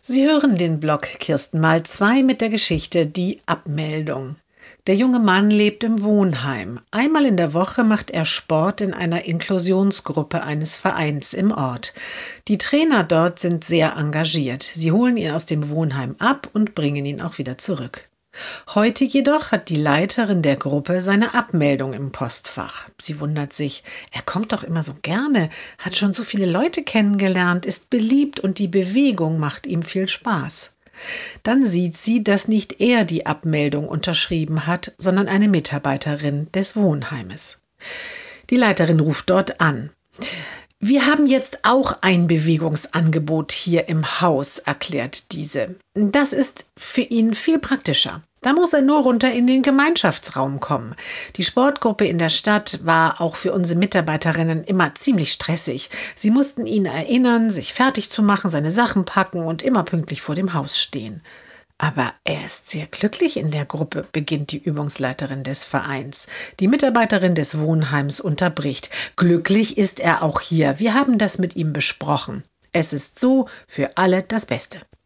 Sie hören den Blog Kirsten mal 2 mit der Geschichte Die Abmeldung. Der junge Mann lebt im Wohnheim. Einmal in der Woche macht er Sport in einer Inklusionsgruppe eines Vereins im Ort. Die Trainer dort sind sehr engagiert. Sie holen ihn aus dem Wohnheim ab und bringen ihn auch wieder zurück. Heute jedoch hat die Leiterin der Gruppe seine Abmeldung im Postfach. Sie wundert sich, er kommt doch immer so gerne, hat schon so viele Leute kennengelernt, ist beliebt und die Bewegung macht ihm viel Spaß. Dann sieht sie, dass nicht er die Abmeldung unterschrieben hat, sondern eine Mitarbeiterin des Wohnheimes. Die Leiterin ruft dort an. Wir haben jetzt auch ein Bewegungsangebot hier im Haus, erklärt diese. Das ist für ihn viel praktischer. Da muss er nur runter in den Gemeinschaftsraum kommen. Die Sportgruppe in der Stadt war auch für unsere Mitarbeiterinnen immer ziemlich stressig. Sie mussten ihn erinnern, sich fertig zu machen, seine Sachen packen und immer pünktlich vor dem Haus stehen. Aber er ist sehr glücklich in der Gruppe, beginnt die Übungsleiterin des Vereins. Die Mitarbeiterin des Wohnheims unterbricht. Glücklich ist er auch hier. Wir haben das mit ihm besprochen. Es ist so für alle das Beste.